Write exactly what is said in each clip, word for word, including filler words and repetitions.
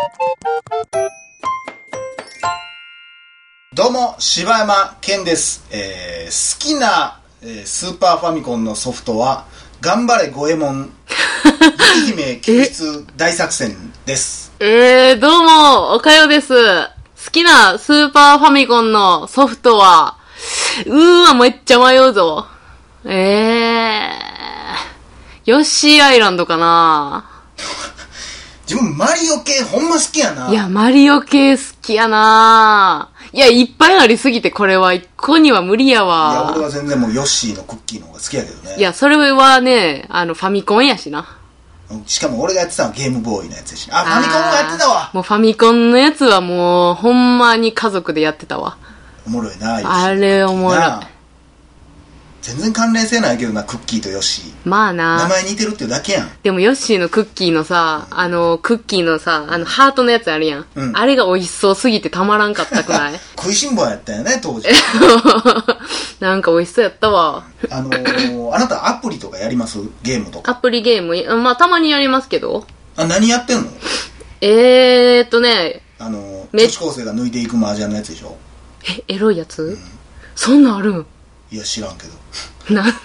どうも柴山健です、えー、好きな、えー、スーパーファミコンのソフトは頑張れゴエモン雪姫救出大作戦です。 えー、どうもおかよです。好きなスーパーファミコンのソフトはうーわめっちゃ迷うぞ。えーヨッシーアイランドかな。 自分マリオ系ほんま好きやな。 いやマリオ系好きやな。いやいっぱいありすぎてこれは一個には無理やわ。 いや俺は全然もうヨッシーのクッキーの方が好きやけどね。 いやそれはねあのファミコンやしな。 しかも俺がやってたのはゲームボーイのやつやし、あファミコンもやってたわ。 もうファミコンのやつはもうほんまに家族でやってたわ。 おもろいな。 あれおもろい。 全然関連性ないけどな、クッキーとヨッシー。 まあな。 名前似てるっていうだけやん。 でもヨッシーのクッキーのさ、あのクッキーのさ、あのハートのやつあるやん。うん、あれが美味しそうすぎてたまらんかったくない？ 食いしん坊やったよね当時。 なんか美味しそうやったわ。 あのー、あなたアプリとかやります？ゲームとか。 アプリゲーム、まあたまにやりますけど。 あ、何やってんの？ えーっとね、 あのー、女子高生が抜いていく麻雀のやつでしょ？ え、エロいやつ？うん、そんなんあるん？ いや知らんけど。 なんなん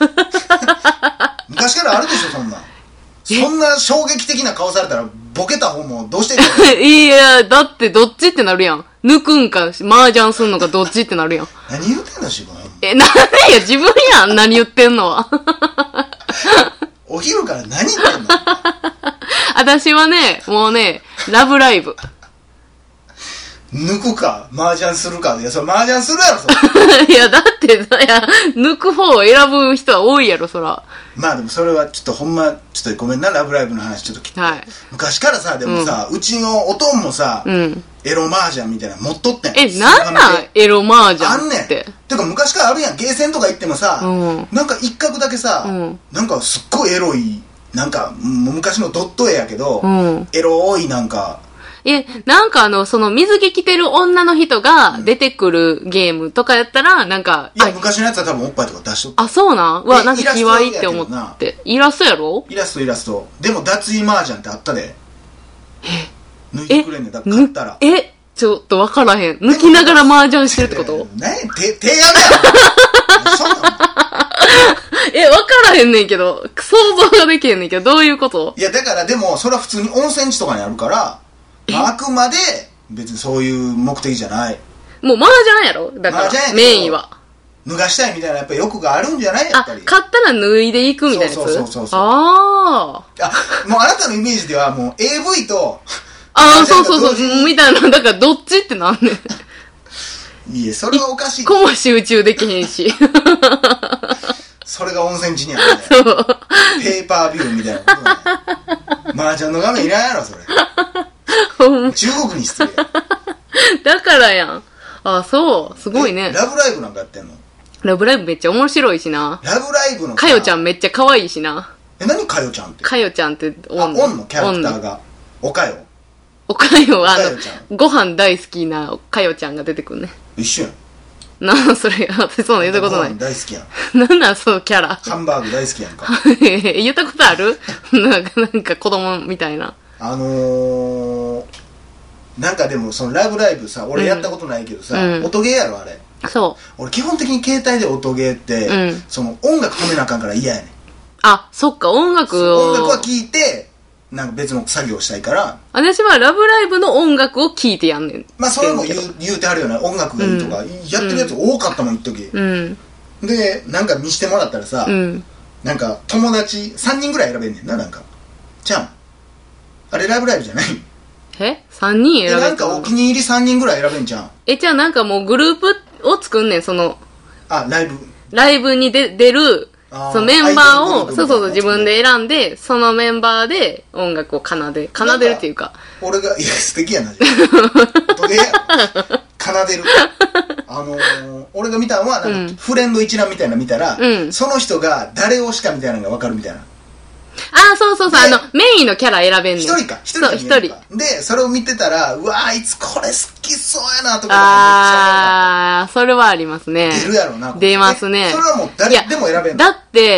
昔からあるでしょそんな。そんな衝撃的な顔されたらボケた方もどうしてるいやだってどっちってなるやん。抜くんか麻雀すんのかどっちってなるやん。 何言ってんの自分。 え、なんでや自分やん何言ってんのは。 お昼から何言ってんの。 私はねもうねラブライブ。 抜くか麻雀するか。いやそれ麻雀するやろそれ。いやだっていや抜く方を選ぶ人は多いやろそら。 まあでもそれはちょっとほんまちょっとごめんな、ラブライブの話ちょっと聞いて、はい、昔からさでもさ、うん、うちのおとんもさ、うん、エロ麻雀みたいなの持っとってん。 えなんなんエロ麻雀って。 あんねん。てか昔からあるやん。ゲーセンとか行ってもさ、うん、なんか一角だけさ、うん、なんかすっごいエロいなんか昔のドット絵やけど、うん、エロいなんかえ、なんかあの、その水着着てる女の人が出てくるゲームとかやったら、なんか。 いや、昔のやつは多分おっぱいとか出しとった。 あ、そうなんうわ、なんか卑猥って思って。イラストやろ？ イラストイラスト。でも脱衣麻雀ってあったで。え抜いてくれんねん。だから買ったら。 えちょっとわからへん。抜きながら麻雀してるってこと？ ね手、手やめやそんなんえ、わからへんねんけど、想像ができへんねんけど、どういうこと？ いや、だからでも、それは普通に温泉地とかにあるから、まあ、あくまで別にそういう目的じゃない。 もう麻雀やろだからメインは脱がしたいみたいなやっぱ欲があるんじゃないやっぱり。 あ、買ったら脱いでいくみたいなやつ。 そうそうそうそう。 ああもうあなたのイメージではもう エーブイ とああそうそうそうみたいな。だからどっちってなんねん。いやそれはおかしい。 一個も集中できへんしそれが温泉地にあるね。そうペーパービューみたいなことね。麻雀の画面いらんやろそれ。中国に失礼や。 だからやん。あ、そうすごいね。 ラブライブなんかやってんの？ ラブライブめっちゃ面白いしな。 ラブライブのかよちゃんめっちゃ可愛いしな。 え、何かよちゃんって？ かよちゃんっておんの？あ、おんのキャラクターが。おかよ。 おかよ、あのご飯大好きなかよちゃんが出てくるね。 一緒やん。 なんそれ、私そんな言ったことない。 ご飯大好きやん。 なんなんそうキャラ。 ハンバーグ大好きやんか。 言ったことある？なんかなんか子供みたいな。 あのー、なんかでもそのラブライブさ、俺やったことないけどさ、うん、音ゲーやろあれ。 そう。 俺基本的に携帯で音ゲーって、うん、その音楽止めなあかんから嫌やねん。 あ、そっか音楽を。 音楽は聴いてなんか別の作業したいから。 私はラブライブの音楽を聴いてやんねん。 まあそれも言う、言うてはるよね。音楽がいいとか、うん、やってるやつ多かったもん一時。うん。でなんか見してもらったらさ、うん、なんか友達さんにんぐらい選べんねんななんか。ちゃん。あれラブライブじゃない？ え ?さん 人選べんの？ なんかお気に入りさんにんぐらい選べんじゃん。 え、じゃあなんかもうグループを作んねん、その。 あ、ライブ。 ライブにで出る、そのメンバーを、そうそうそう、自分で選んで、そのメンバーで音楽を奏で、奏でるっていうか。 俺が、いや、素敵やな、じゃあ。音ゲーや奏でる。あのー、俺が見たのは、なんか、フレンド一覧みたいなの見たら、うん、その人が誰をしたみたいなのが分かるみたいな。 ああ、そうそうそう、あの、メインのキャラ選べんねん。 一人か、一人か。 一人。 で、それを見てたら、うわー、あいつこれ好きそうやなとか。 ああ、それはありますね。 出るやろな。 出ますね。 それはもう誰でも選べんの？ だって、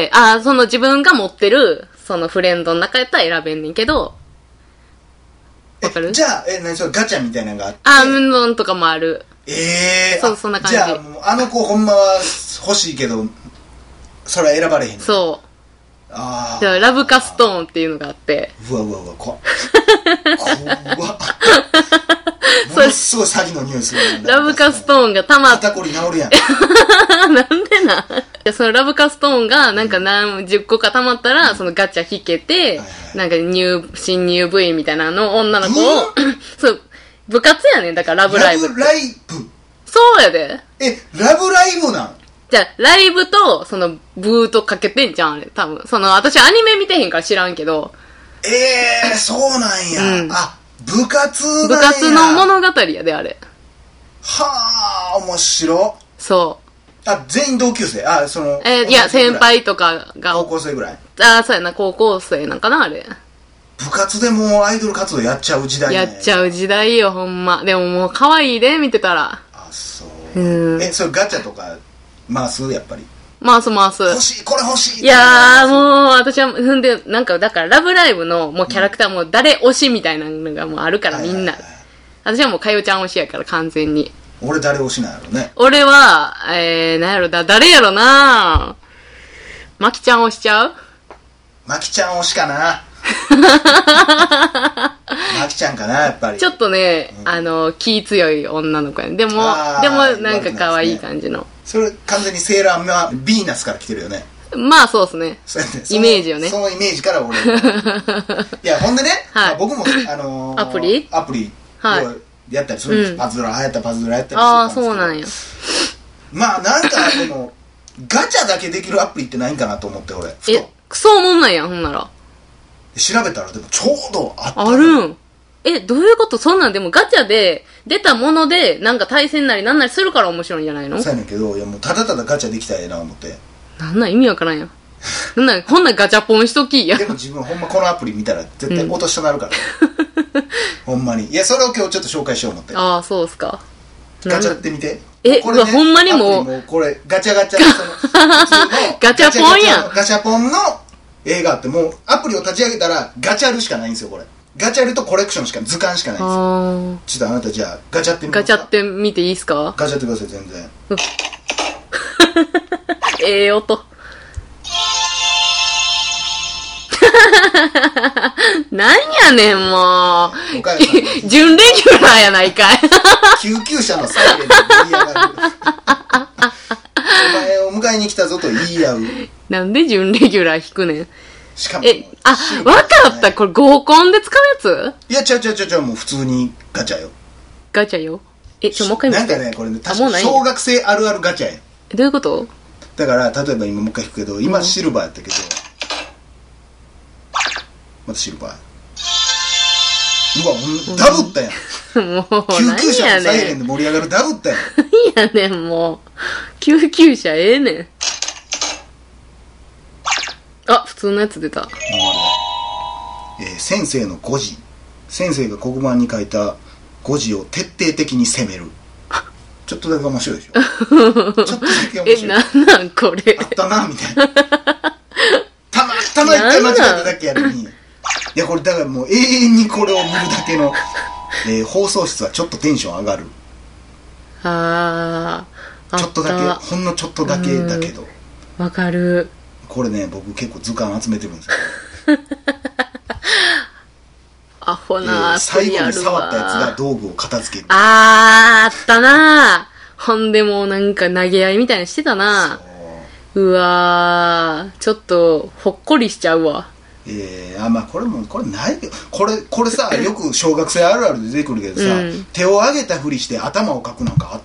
ああ、その自分が持ってる、そのフレンドの中やったら選べんねんけど。 わかる？ じゃあ、え、何それガチャみたいなのがあって。 あ、うんどんとかもある。 ええー。 そう、そんな感じ。 じゃあ、もうあの子ほんまは欲しいけど、それは選ばれへん。 そう。 ああ。 じゃあ、ラブカストーンっていうのがあって。 うわうわうわ、怖っ。怖っ。ものすごい詐欺のニュース。 ラブカストーンがたまっ肩こり治るやん。 なんでな。そのラブカストーンがなんか何十個かたまったら、うん、そのガチャ引けて、うん、なんか入、新入部員みたいなの女の子を、うん、そう、部活やねん。だからラブライブ。 ラブライブそうやで。 え、ラブライブなん？ じゃあ、ライブと、その、ブーとかけてんじゃん、あれ。多分。その、私アニメ見てへんから知らんけど。 ええー、そうなんや。うん、あ、部活なんや。 部活の物語やで、あれ。 はあ、面白。 そう。 あ、全員同級生？あ、その。 えー、いや、先輩とかが。 高校生ぐらい。 あ、そうやな、高校生なんかな、あれ。 部活でもうアイドル活動やっちゃう時代ね。 やっちゃう時代よ、ほんま。でももう可愛いで、見てたら。 あ、そう。うん。え、それガチャとか回す？やっぱり。 回す回す。 欲しい、これ欲しい。 いやー、もう、私は、んで、なんか、だから、ラブライブの、もうキャラクターも誰推しみたいなのがもうあるから、みんな。私はもう、かよちゃん推しやから、完全に。 俺誰推しなんやろね。 俺は、えー、なんやろ、だ、誰やろなまきちゃん推しちゃう？ まきちゃん推しかな。まきちゃんかな、やっぱり。 ちょっとね、うん、あの、気強い女の子やね。でも、でも、なんか可愛い感じの。 それ完全にセーラーマン、ヴィーナスから来てるよね。 まあそうですね。イメージよね。 そのイメージから俺。いや、ほんでね、はい、まあ、僕も、あのー、 アプリアプリをやったりするんです、うん、パズドラ、流行ったパズドラやったりするんですけど。 ああ、そうなんや。 まあなんか、でも、ガチャだけできるアプリってないんかなと思って、俺。 え、クソおもんないやん、ほんなら。 調べたらでもちょうどあった。 あるん。え、どういうこと？そんなんでもガチャで出たものでなんか対戦なりなんなりするから面白いんじゃないの？ そうやねんけど、いやもうただただガチャできたらええな思って。 なんなん意味わからんやん。なんなんほんなんガチャポンしときや。 でも自分ほんまこのアプリ見たら絶対落としたなるから。うん、ほんまに。いや、それを今日ちょっと紹介しよう思って。 ああ、そうっすか。 ガチャってみて。 え、これ、ね、うわ、ほんまにもう。 もうこれガチャガチャ、その普通のガチャポンやん。 ガチャポンの映画ってもうアプリを立ち上げたらガチャルしかないんですよ、これ。ガチャルとコレクションしか、図鑑しかないんですよ。ちょっとあなたじゃあガチャってみて。 ガチャってみていいですか？ ガチャってください、全然。 ええ音。なんやねん、もう。準レギュラーやないかい。 救急車のサイレンで言い上がる。お前を迎えに来たぞと言い合う。 なんで準レギュラー引くねん。 しかも。 え、あ、わかった。これ合コンで使うやつ？ いや、ちゃうちゃうちゃうちゃう、もう普通にガチャよ。 ガチャよ。え、ちょ、もう一回見て。 なんかね、これね、確か小学生あるあるガチャや。 どういうこと？ だから、例えば今もう一回引くけど、今シルバーやったけど、またシルバー。うわ、ダブったやん。もう、救急車のサイレンで盛り上がるダブったやん。 何やねん、もう。救急車ええねん。あ、普通のやつ出た。 えー、先生の誤字。先生が黒板に書いた誤字を徹底的に責める。ちょっとだけ面白いでしょ。ちょっとだけ面白い。 え、なんなんこれ。 あったな、みたいな。たまたま一回間違えただけやのに。いや、これだからもう永遠にこれを見るだけの、えー、放送室はちょっとテンション上がる。 あー、 ちょっとだけ、ほんのちょっとだけだけど。 わかる。 これね、僕結構図鑑集めてるんですよ。 アホな、 えー、最後に触ったやつが道具を片付ける。 あー、あったな。ほんでもうなんか投げ合いみたいにしてたな。うわー、ちょっとほっこりしちゃうわ。 えー、あ、まあこれもこれないけど、これこれさ、よく小学生あるあるで出てくるけどさ、うん、手を上げたふりして頭をかくなんかあった？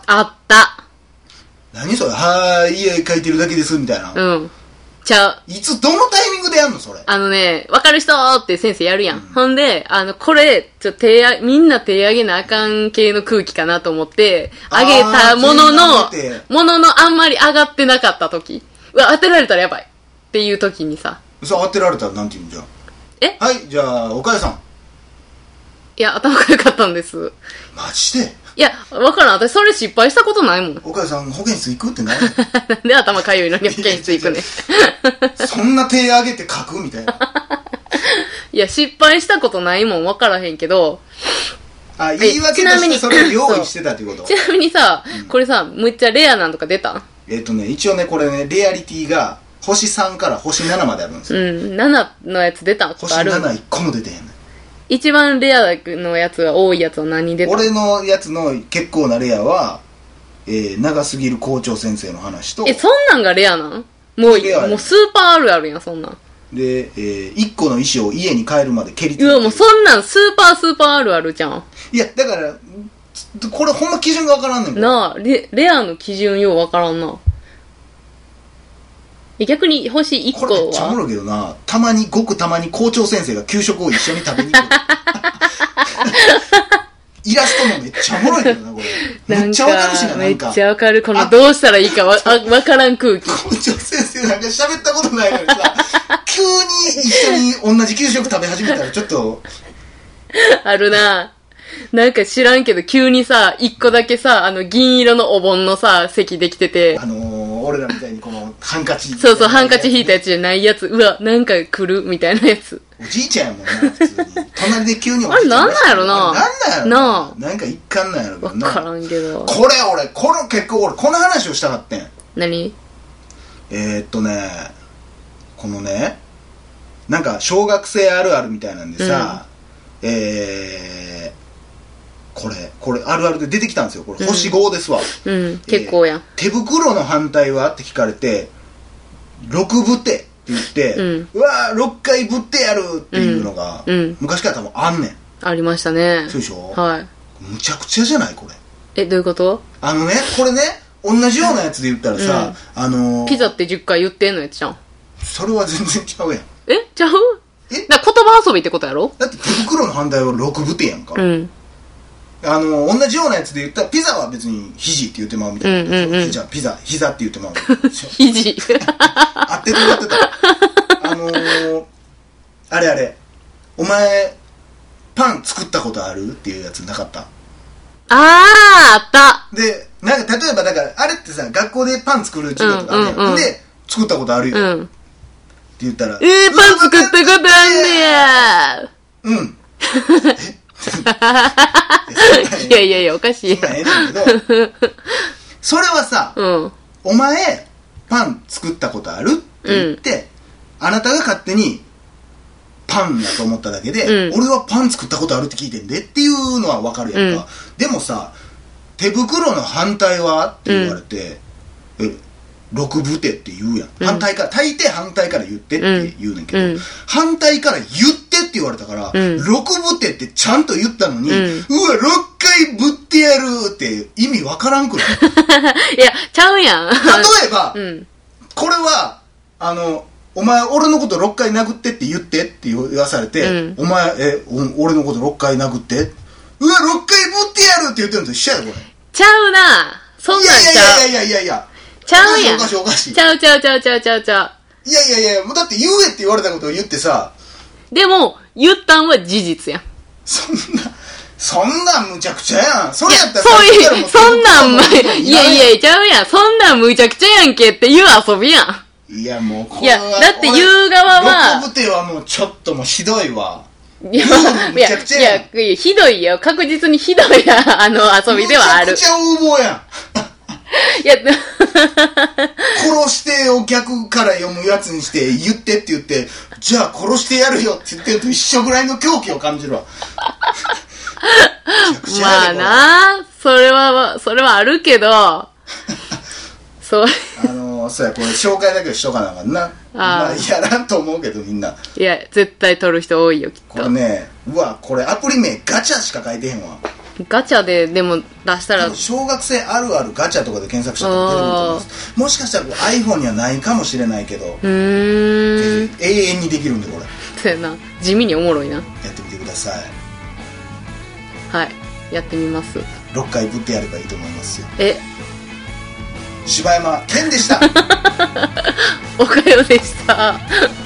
あった。 何それ、はーい、家描いてるだけですみたいな。 うん。ちゃう。 いつ、どのタイミングでやんのそれ。 あのね、わかる人って先生やるやん。うん、ほんで、あの、これ、ちょ、手あ、みんな手上げなあかん系の空気かなと思って、上げたものの、もののあんまり上がってなかった時。うわ、当てられたらやばい。っていう時にさ。 そう、当てられたらなんて言うんじゃん。 え？ はい、じゃあ、おかゆさん。 いや、頭が良かったんです。 マジで？ いや、わからん。私それ失敗したことないもん。 おかゆさん、保健室行くって何？ なんで頭かゆいのに保健室行くね。 そんな手上げて書くみたいな。 いや、失敗したことないもん分からへんけど。 あ、言い訳としてそれを用意してたってことちなみにさ、うん、これさ、むっちゃレアなんとか出た？ えっとね、一応ね、これね、レアリティが、星さんから星ななまであるんですよ。 うん、ななのやつ出たことある？ 星なないっこも出てへんねん。 一番レアのやつが多いやつは何出た？ 俺のやつの結構なレアは、えー、長すぎる校長先生の話と。 え、そんなんがレアなん？もう、もうスーパーあるあるやん、そんなん。 で、えー、いっこの石を家に帰るまで蹴りつける。うわ、もうそんなんスーパースーパーあるあるじゃん。 いや、だから、これほんま基準がわからんねん。 なあ、レ、レアの基準ようわからんな。逆に星いっこはこれめっちゃおもろいけどな、たまにごくたまに校長先生が給食を一緒に食べに行くイラストもめっちゃおもろいけどな、これめっちゃわかるしな、なんかめっちゃわかる。このどうしたらいいかわわからん空気。 校長先生なんか喋ったことないのにさ急に一緒に同じ給食食べ始めたらちょっとあるな。なんか知らんけど急にさ、一個だけさ、あの銀色のお盆のさ、席できてて、 あのー、俺らみたいにこのハンカチ、 そうそう、ハンカチ引いたやつじゃないやつ、うわ、なんか来るみたいなやつ。 おじいちゃんやもんな、普通に。隣で急におじいちゃん。あれなんなんやろな。 なんなんやろな。 なんか一貫なんやろけどな。わからんけど。 これ俺、この結構俺、この話をしたかってん。 何？ えー、っとね、このね、なんか小学生あるあるみたいなんでさ、うん、えー、これ、これあるあるで出てきたんですよ。これ、星ごですわ。 うん、うん、結構やん、 えー。手袋の反対はって聞かれて、六ぶてって言って、うん、うわー、ろっかいぶってやるっていうのが、うんうん、昔から多分あんねん。 ありましたね。 そうでしょ？ はい。 むちゃくちゃじゃないこれ。 え、どういうこと？あのね、これね、同じようなやつで言ったらさ、うん、あのー、 ピザってじゅっかい言ってんのやつじゃん。 それは全然ちゃうやん。 え？ちゃう？え？だから言葉遊びってことやろ？ だって手袋の反対はろくぶてやんか。 うん。 あの同じようなやつで言ったらピザは別に肘って言ってまうみたいな、うんうんうん、じゃあピザ膝って言ってまう肘あってるやってたあのー、あれあれお前パン作ったことあるっていうやつなかった？あああったでなんか例えばだからあれってさ学校でパン作る授業とかあるやん、うんうんうん、で作ったことあるよ、うん、って言ったらえー、パン作ったことあんねやうんいやいやいやおかしいそんなんええねんけどそれはさ、うん、お前パン作ったことあるって言って、うん、あなたが勝手にパンだと思っただけで、うん、俺はパン作ったことあるって聞いてんでっていうのは分かるやんか、うん、でもさ手袋の反対はって言われて、うん、え六ぶてって言うやん、うん、反対から大抵反対から言ってって言うねんけど、うん、反対から言ってって言われたから、うん、六ぶてってちゃんと言ったのに、うん、うわろっかいぶってやるって意味わからんくないいやちゃうやん例えば、うん、これはあのお前俺のことろっかい殴ってって言ってって言わされて、うん、お前えお俺のことろっかい殴ってうわろっかいぶってやるって言ってるのと一緒やでこれちゃうなそんなんちゃういやいやいやいやいやちゃうやん。 おかしいおかしい。 ちゃうちゃうちゃうちゃうちゃうちゃう。いやいやいや、もうだって言えって言われたことを言ってさ。 でも、言ったんは事実やん。 そんな、そんなんむちゃくちゃやん。それやったらそういう、そんなんむ、いやいや、ちゃうやん。そんなんむちゃくちゃやんけっていう遊びやん。いやもうこれは。いや、だって言う側は。 ロコブテはもうちょっともうひどいわ。 いや、いや、いや、いや、ひどいよ。確実にひどいあの遊びではある。 むちゃくちゃ横暴やん。 いや殺してを逆から読むやつにして言ってって言ってじゃあ殺してやるよって言ってると一緒ぐらいの狂気を感じるわまあなそれはそれはあるけどそうあのー、そうやこれ紹介だけしとかなあかんなあ、まあ、やらんと思うけどみんないや絶対取る人多いよきっとこれねうわこれアプリ名ガチャしか書いてへんわガチャででも出したら小学生あるあるガチャとかで検索したら出てくると思いますもしかしたら iPhone にはないかもしれないけどうーん永遠にできるんでこれそうやな地味におもろいなやってみてくださいはいやってみますろっかいぶってやればいいと思いますよえ柴山健でしたおかよでした